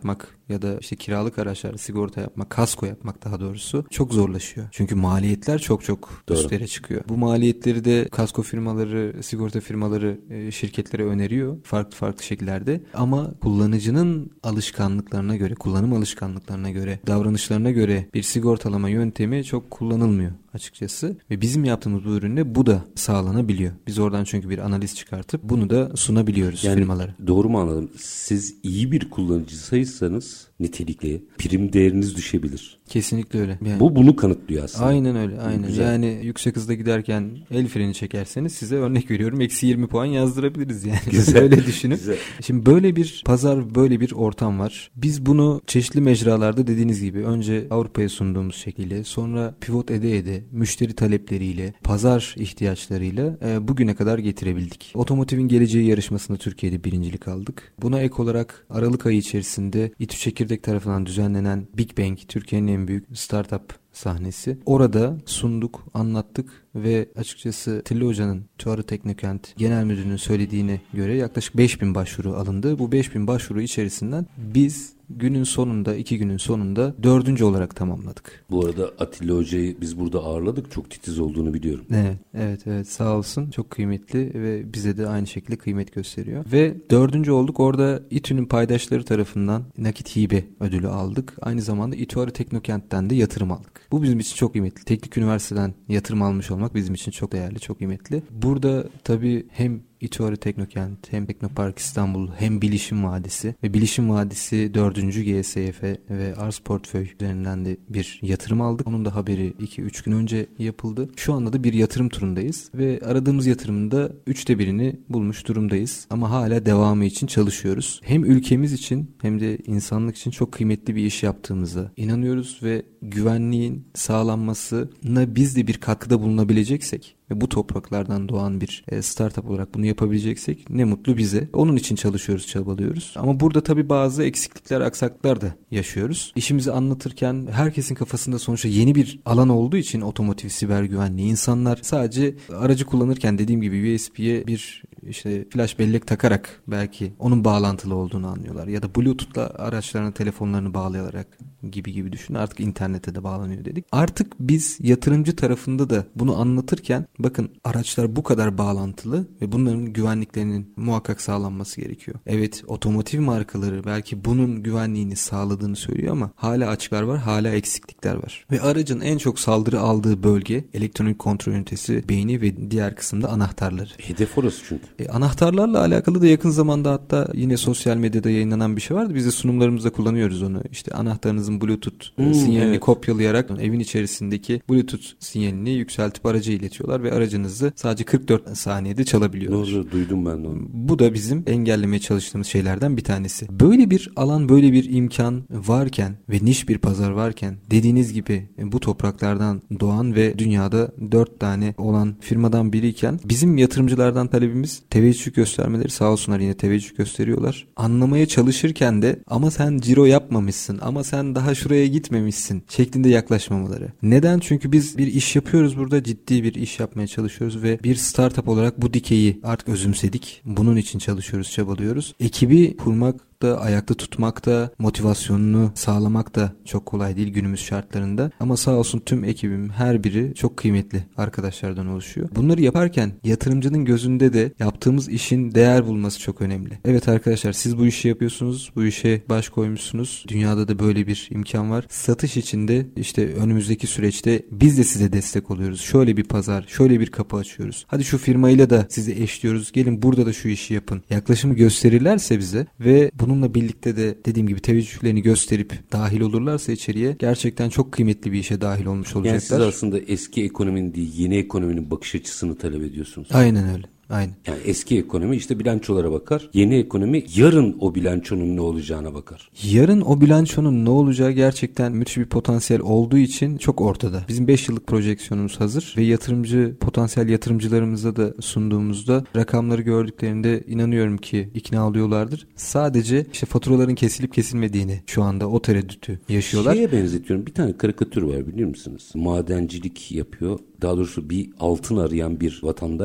ya da işte kiralık araçlar sigorta yapmak, kasko yapmak daha doğrusu çok zorlaşıyor. Çünkü maliyetler çok üstlere çıkıyor. Bu maliyetleri de kasko firmaları, sigorta firmaları şirketlere öneriyor farklı şekillerde. Ama kullanıcının alışkanlıklarına göre, kullanım alışkanlıklarına göre, davranışlarına göre bir sigortalama yöntemi çok kullanılmıyor açıkçası. Ve bizim yaptığımız bu üründe bu da sağlanabiliyor. Biz oradan çünkü bir analiz çıkartıp bunu da sunabiliyoruz firmalara. Doğru mu anladım? Siz iyi bir kullanıcısıysanız nitelikli prim değeriniz düşebilir. Kesinlikle öyle. Yani, bu bunu kanıtlıyor aslında. Aynen öyle. Aynen. Güzel. Yani yüksek hızda giderken el freni çekerseniz size örnek veriyorum -20 puan yazdırabiliriz yani. Güzel. Öyle düşünün. Güzel. Şimdi böyle bir pazar, böyle bir ortam var. Biz bunu çeşitli mecralarda dediğiniz gibi önce Avrupa'ya sunduğumuz şekliyle, sonra pivot ede müşteri talepleriyle, pazar ihtiyaçlarıyla bugüne kadar getirebildik. Otomotivin Geleceği yarışmasında Türkiye'de birincilik aldık. Buna ek olarak Aralık ayı içerisinde İTÜ Çekirdek tarafından düzenlenen Big Bang, Türkiye'nin en büyük startup sahnesi. Orada sunduk, anlattık ve açıkçası Tilli Hoca'nın Çağrı Teknokent Genel Müdürü'nün söylediğine göre yaklaşık 5000 başvuru alındı. Bu 5000 başvuru içerisinden biz günün sonunda, 2 günün sonunda 4. olarak tamamladık. Bu arada Atilla Hoca'yı biz burada ağırladık. Çok titiz olduğunu biliyorum. Evet sağ olsun. Çok kıymetli ve bize de aynı şekilde kıymet gösteriyor. Ve 4. olduk. Orada İTÜ'nün paydaşları tarafından nakit hibe ödülü aldık. Aynı zamanda İTÜ Teknokent'ten de yatırım aldık. Bu bizim için çok kıymetli. Teknik üniversiteden yatırım almış olmak bizim için çok değerli, çok kıymetli. Burada tabii hem İTÜ Teknokent, hem Teknopark İstanbul, hem Bilişim Vadisi ve Bilişim Vadisi 4. GSF ve Arz Portföy üzerinden de bir yatırım aldık. Onun da haberi 2-3 gün önce yapıldı. Şu anda da bir yatırım turundayız ve aradığımız yatırımın da 3'te 1'ini bulmuş durumdayız. Ama hala devamı için çalışıyoruz. Hem ülkemiz için hem de insanlık için çok kıymetli bir iş yaptığımıza inanıyoruz ve güvenliğin sağlanmasına biz de bir katkıda bulunabileceksek ve bu topraklardan doğan bir startup olarak bunu yapabileceksek ne mutlu bize. Onun için çalışıyoruz, çabalıyoruz. Ama burada tabii bazı eksiklikler, aksaklıklar da yaşıyoruz. İşimizi anlatırken herkesin kafasında sonuçta yeni bir alan olduğu için otomotiv siber güvenliği, insanlar sadece aracı kullanırken dediğim gibi USB'ye bir flash bellek takarak belki onun bağlantılı olduğunu anlıyorlar. Ya da Bluetooth'la araçlarına, telefonlarını bağlayarak gibi düşün. Artık internete de bağlanıyor dedik. Artık biz yatırımcı tarafında da bunu anlatırken bakın araçlar bu kadar bağlantılı ve bunların güvenliklerinin muhakkak sağlanması gerekiyor. Evet, otomotiv markaları belki bunun güvenliğini sağladığını söylüyor ama hala açıklar var, hala eksiklikler var. Ve aracın en çok saldırı aldığı bölge elektronik kontrol ünitesi, beyni ve diğer kısımda anahtarları. Hedef orası çünkü. Anahtarlarla alakalı da yakın zamanda hatta yine sosyal medyada yayınlanan bir şey vardı. Biz de sunumlarımızda kullanıyoruz onu. İşte anahtarınızın Bluetooth sinyalini kopyalayarak evin içerisindeki Bluetooth sinyalini yükseltip araca iletiyorlar ve aracınızı sadece 44 saniyede çalabiliyorlar. Doğru, duydum ben de onu. Bu da bizim engellemeye çalıştığımız şeylerden bir tanesi. Böyle bir alan, böyle bir imkan varken ve niş bir pazar varken dediğiniz gibi bu topraklardan doğan ve dünyada 4 tane olan firmadan biriyken bizim yatırımcılardan talebimiz teveccüh göstermeleri, sağ olsunlar yine teveccüh gösteriyorlar. Anlamaya çalışırken de ama sen ciro yapmamışsın, ama sen daha şuraya gitmemişsin şeklinde yaklaşmamaları. Neden? Çünkü biz bir iş yapıyoruz burada, ciddi bir iş yapmaya çalışıyoruz ve bir startup olarak bu dikeyi artık özümsedik. Bunun için çalışıyoruz, çabalıyoruz. Ekibi kurmak da, ayakta tutmak da, motivasyonunu sağlamak da çok kolay değil günümüz şartlarında. Ama sağ olsun tüm ekibim, her biri çok kıymetli arkadaşlardan oluşuyor. Bunları yaparken yatırımcının gözünde de yaptığımız işin değer bulması çok önemli. Evet arkadaşlar, siz bu işi yapıyorsunuz, bu işe baş koymuşsunuz. Dünyada da böyle bir imkan var. Satış için de işte önümüzdeki süreçte biz de size destek oluyoruz. Şöyle bir pazar, şöyle bir kapı açıyoruz. Hadi şu firmayla da sizi eşliyoruz. Gelin burada da şu işi yapın. Yaklaşımı gösterirlerse bize ve bununla birlikte de dediğim gibi teveccühlerini gösterip dahil olurlarsa içeriye, gerçekten çok kıymetli bir işe dahil olmuş olacaklar. Yani siz aslında eski ekonominin değil, yeni ekonominin bakış açısını talep ediyorsunuz. Aynen öyle. Aynen. Yani eski ekonomi işte bilançolara bakar. Yeni ekonomi yarın o bilançonun ne olacağına bakar. Yarın o bilançonun ne olacağı gerçekten müthiş bir potansiyel olduğu için çok ortada. Bizim 5 yıllık projeksiyonumuz hazır ve potansiyel yatırımcılarımıza da sunduğumuzda rakamları gördüklerinde inanıyorum ki ikna oluyorlardır. Sadece işte faturaların kesilip kesilmediğini şu anda o tereddütü yaşıyorlar. Şeye benzetiyorum. Bir tane karikatür var, biliyor musunuz? Madencilik yapıyor. Daha doğrusu bir altın arayan bir vatandaş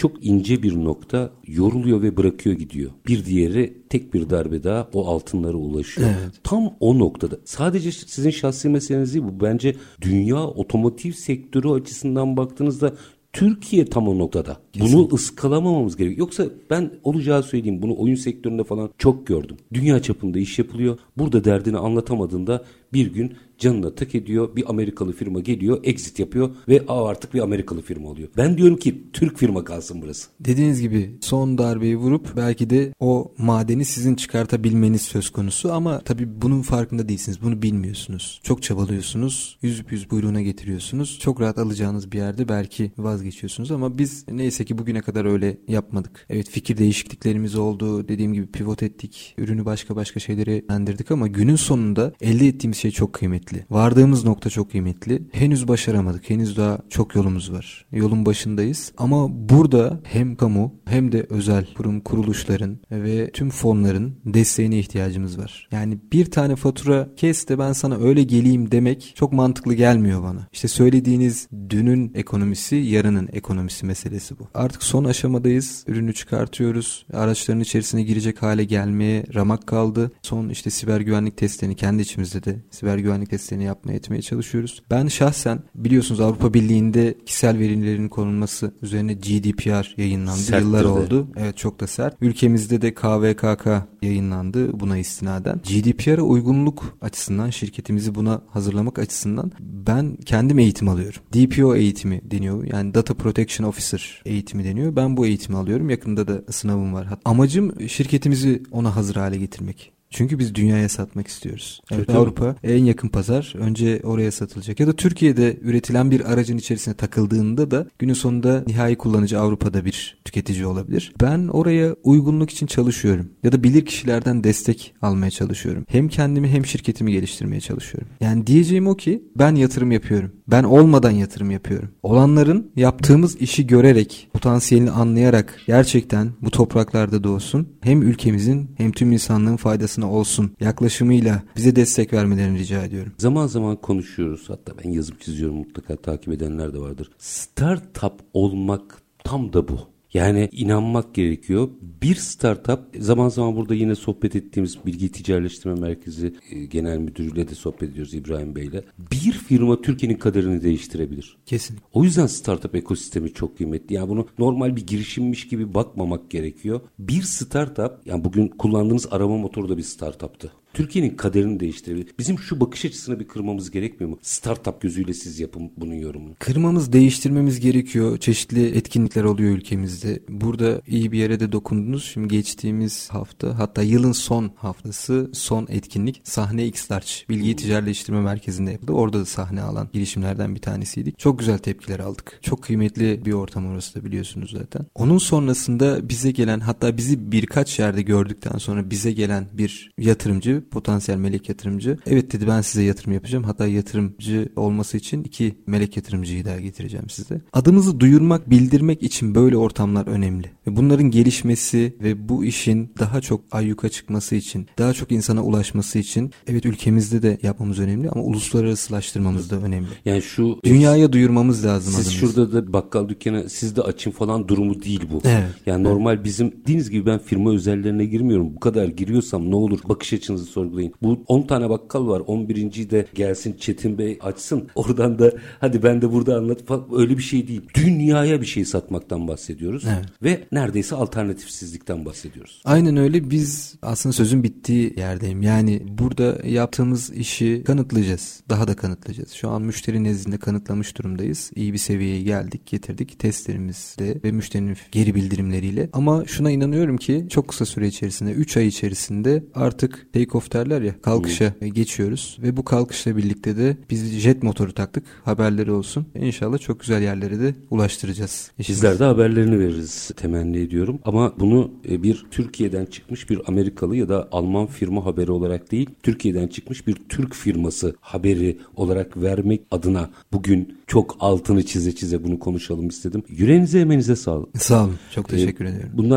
çok ince bir nokta yoruluyor ve bırakıyor gidiyor. Bir diğeri tek bir darbe daha o altınlara ulaşıyor. Evet. Tam o noktada. Sadece sizin şahsi meseleniz değil bu. Bence dünya otomotiv sektörü açısından baktığınızda Türkiye tam o noktada. Kesinlikle. Bunu ıskalamamamız gerekiyor. Yoksa ben olacağı söyleyeyim, bunu oyun sektöründe falan çok gördüm. Dünya çapında iş yapılıyor. Burada derdini anlatamadığında bir gün canına tak ediyor. Bir Amerikalı firma geliyor, exit yapıyor ve artık bir Amerikalı firma oluyor. Ben diyorum ki Türk firma kalsın burası. Dediğiniz gibi son darbeyi vurup belki de o madeni sizin çıkartabilmeniz söz konusu ama tabii bunun farkında değilsiniz. Bunu bilmiyorsunuz. Çok çabalıyorsunuz. Yüzüp kuyruğuna getiriyorsunuz. Çok rahat alacağınız bir yerde belki vazgeçiyorsunuz ama biz neyse ki bugüne kadar öyle yapmadık. Evet, fikir değişikliklerimiz oldu. Dediğim gibi pivot ettik. Ürünü başka şeylere yönlendirdik ama günün sonunda elde ettiğimiz şey çok kıymetli. Vardığımız nokta çok kıymetli. Henüz başaramadık. Henüz daha çok yolumuz var. Yolun başındayız. Ama burada hem kamu hem de özel kurum kuruluşların ve tüm fonların desteğine ihtiyacımız var. Yani bir tane fatura kes de ben sana öyle geleyim demek çok mantıklı gelmiyor bana. İşte söylediğiniz dünün ekonomisi, yarının ekonomisi meselesi bu. Artık son aşamadayız. Ürünü çıkartıyoruz. Araçların içerisine girecek hale gelmeye ramak kaldı. Son işte siber güvenlik testlerini kendi içimizde de siber güvenlik testlerini yapmaya etmeye çalışıyoruz. Ben şahsen biliyorsunuz Avrupa Birliği'nde kişisel verilerin korunması üzerine GDPR yayınlandı. Serttir Yıllar de oldu. Evet, çok da sert. Ülkemizde de KVKK yayınlandı buna istinaden. GDPR'a uygunluk açısından, şirketimizi buna hazırlamak açısından ben kendim eğitim alıyorum. DPO eğitimi deniyor. Yani Data Protection Officer eğitimi deniyor. Ben bu eğitimi alıyorum. Yakında da sınavım var. Amacım şirketimizi ona hazır hale getirmek. Çünkü biz dünyaya satmak istiyoruz. Evet, Avrupa en yakın pazar. Önce oraya satılacak. Ya da Türkiye'de üretilen bir aracın içerisine takıldığında da günün sonunda nihai kullanıcı Avrupa'da bir tüketici olabilir. Ben oraya uygunluk için çalışıyorum. Ya da bilir kişilerden destek almaya çalışıyorum. Hem kendimi hem şirketimi geliştirmeye çalışıyorum. Yani diyeceğim o ki ben yatırım yapıyorum. Ben olmadan yatırım yapıyorum. Olanların yaptığımız işi görerek, potansiyelini anlayarak gerçekten bu topraklarda doğsun. Hem ülkemizin hem tüm insanlığın faydasına olsun yaklaşımıyla bize destek vermelerini rica ediyorum. Zaman zaman konuşuyoruz. Hatta ben yazıp çiziyorum, mutlaka takip edenler de vardır. Startup olmak tam da bu. Yani inanmak gerekiyor. Bir startup, zaman zaman burada yine sohbet ettiğimiz Bilgi Ticaretleştirme Merkezi Genel Müdürüyle de sohbet ediyoruz, İbrahim Bey'le. Bir firma Türkiye'nin kaderini değiştirebilir. Kesin. O yüzden startup ekosistemi çok kıymetli. Yani bunu normal bir girişimmiş gibi bakmamak gerekiyor. Bir startup, yani bugün kullandığınız arama motoru da bir startuptı. Türkiye'nin kaderini değiştirebilir. Bizim şu bakış açısını bir kırmamız gerekmiyor mu? Startup gözüyle siz yapın bunun yorumunu. Kırmamız, değiştirmemiz gerekiyor. Çeşitli etkinlikler oluyor ülkemizde. Burada iyi bir yere de dokundunuz. Şimdi geçtiğimiz hafta, hatta yılın son haftası, son etkinlik Sahne X-Large Bilgi Ticaretleştirme Merkezi'nde yapıldı. Orada da sahne alan girişimlerden bir tanesiydik. Çok güzel tepkiler aldık. Çok kıymetli bir ortam orası da, biliyorsunuz zaten. Onun sonrasında bize gelen, hatta bizi birkaç yerde gördükten sonra bize gelen bir yatırımcı, potansiyel melek yatırımcı, evet dedi, ben size yatırım yapacağım. Hatta yatırımcı olması için 2 melek yatırımcıyı daha getireceğim size. Adımızı duyurmak, bildirmek için böyle ortamlar önemli. Ve bunların gelişmesi ve bu işin daha çok ayyuka çıkması için, daha çok insana ulaşması için evet ülkemizde de yapmamız önemli ama uluslararasılaştırmamız da önemli. Yani şu dünyaya duyurmamız lazım. Siz adımızı. şurada da bakkal dükkanı siz de açın falan durumu değil bu. Evet. Yani normal bizim dediğiniz gibi ben firma özellerine girmiyorum. Bu kadar giriyorsam ne olur, bakış açınızı sorgulayın. Bu 10 tane bakkal var. 11. de gelsin Çetin Bey açsın. Oradan da hadi ben de burada anlat falan. Öyle bir şey değil. Dünyaya bir şey satmaktan bahsediyoruz. Evet. Ve neredeyse alternatifsizlikten bahsediyoruz. Aynen öyle. Biz aslında sözün bittiği yerdeyim. Yani burada yaptığımız işi kanıtlayacağız. Daha da kanıtlayacağız. Şu an müşteri nezdinde kanıtlamış durumdayız. İyi bir seviyeye geldik, getirdik testlerimizle ve müşterinin geri bildirimleriyle. Ama şuna inanıyorum ki çok kısa süre içerisinde, 3 ay içerisinde artık take off derler ya, kalkışa geçiyoruz. Ve bu kalkışla birlikte de biz jet motoru taktık. Haberleri olsun. İnşallah çok güzel yerlere de ulaştıracağız. Bizler de haberlerini veririz temenni ediyorum. Ama bunu bir Türkiye'den çıkmış bir Amerikalı ya da Alman firma haberi olarak değil, Türkiye'den çıkmış bir Türk firması haberi olarak vermek adına bugün çok altını çize çize bunu konuşalım istedim. Yüreğinize, emeğinize sağlık. Sağ olun. Çok teşekkür ediyorum. Bundan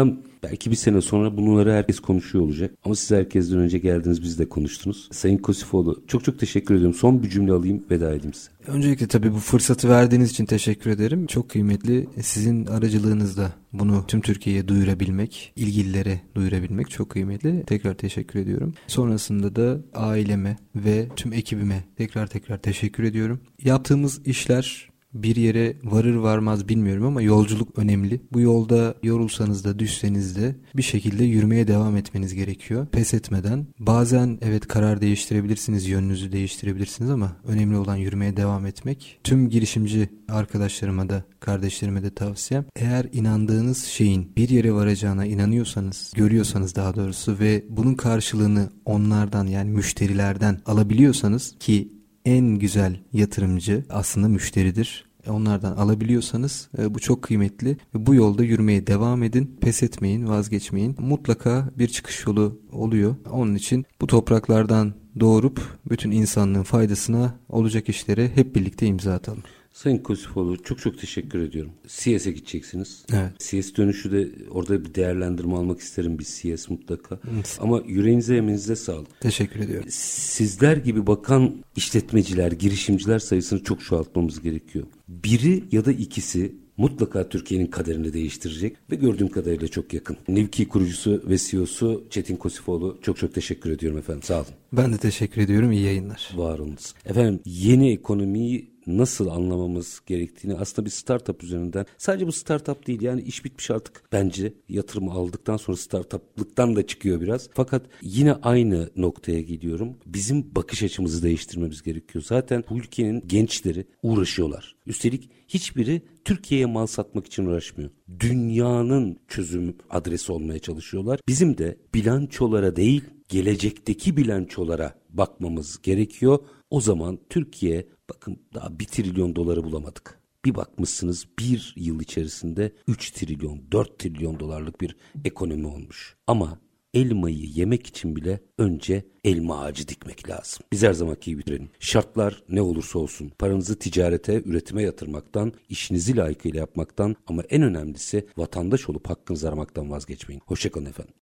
Belki bir sene sonra bunları herkes konuşuyor olacak. Ama siz herkesten önce geldiniz, biz de konuştunuz. Sayın Kosifoğlu, çok çok teşekkür ediyorum. Son bir cümle alayım, veda edeyim size. Öncelikle tabii bu fırsatı verdiğiniz için teşekkür ederim. Çok kıymetli. Sizin aracılığınızda bunu tüm Türkiye'ye duyurabilmek, ilgililere duyurabilmek çok kıymetli. Tekrar teşekkür ediyorum. Sonrasında da aileme ve tüm ekibime tekrar teşekkür ediyorum. Yaptığımız işler bir yere varır varmaz bilmiyorum ama yolculuk önemli. Bu yolda yorulsanız da düşseniz de bir şekilde yürümeye devam etmeniz gerekiyor. Pes etmeden. Bazen evet karar değiştirebilirsiniz, yönünüzü değiştirebilirsiniz ama önemli olan yürümeye devam etmek. Tüm girişimci arkadaşlarıma da, kardeşlerime de tavsiyem. Eğer inandığınız şeyin bir yere varacağına inanıyorsanız, görüyorsanız daha doğrusu ve bunun karşılığını onlardan yani müşterilerden alabiliyorsanız ki en güzel yatırımcı aslında müşteridir. Onlardan alabiliyorsanız bu çok kıymetli. Bu yolda yürümeye devam edin. Pes etmeyin, vazgeçmeyin. Mutlaka bir çıkış yolu oluyor. Onun için bu topraklardan doğurup bütün insanlığın faydasına olacak işlere hep birlikte imza atalım. Sayın Kosifoğlu, çok çok teşekkür ediyorum. CS'e gideceksiniz. Evet. CS dönüşü de orada bir değerlendirme almak isterim, bir CS mutlaka. Evet. Ama yüreğinize, emeğinize sağlık. Teşekkür ediyorum. Sizler gibi bakan işletmeciler, girişimciler sayısını çok çoğaltmamız gerekiyor. Biri ya da ikisi mutlaka Türkiye'nin kaderini değiştirecek ve gördüğüm kadarıyla çok yakın. Nevki kurucusu ve CEO'su Çetin Kosifoğlu, çok çok teşekkür ediyorum efendim. Sağ olun. Ben de teşekkür ediyorum. İyi yayınlar. Var olunuz. Efendim, yeni ekonomiyi nasıl anlamamız gerektiğini aslında bir startup üzerinden, sadece bu startup değil yani iş bitmiş artık bence, yatırımı aldıktan sonra startuplıktan da çıkıyor biraz. Fakat yine aynı noktaya gidiyorum. Bizim bakış açımızı değiştirmemiz gerekiyor. Zaten bu ülkenin gençleri uğraşıyorlar. Üstelik hiçbiri Türkiye'ye mal satmak için uğraşmıyor. Dünyanın çözüm adresi olmaya çalışıyorlar. Bizim de bilançolara değil, gelecekteki bilançolara bakmamız gerekiyor. O zaman Türkiye, bakın daha $1 trilyon bulamadık. Bir bakmışsınız bir yıl içerisinde 3 trilyon, 4 trilyon dolarlık bir ekonomi olmuş. Ama elmayı yemek için bile önce elma ağacı dikmek lazım. Biz her zamanki gibi bitirelim. Şartlar ne olursa olsun paranızı ticarete, üretime yatırmaktan, işinizi layıkıyla yapmaktan ama en önemlisi vatandaş olup hakkınızı aramaktan vazgeçmeyin. Hoşça kalın efendim.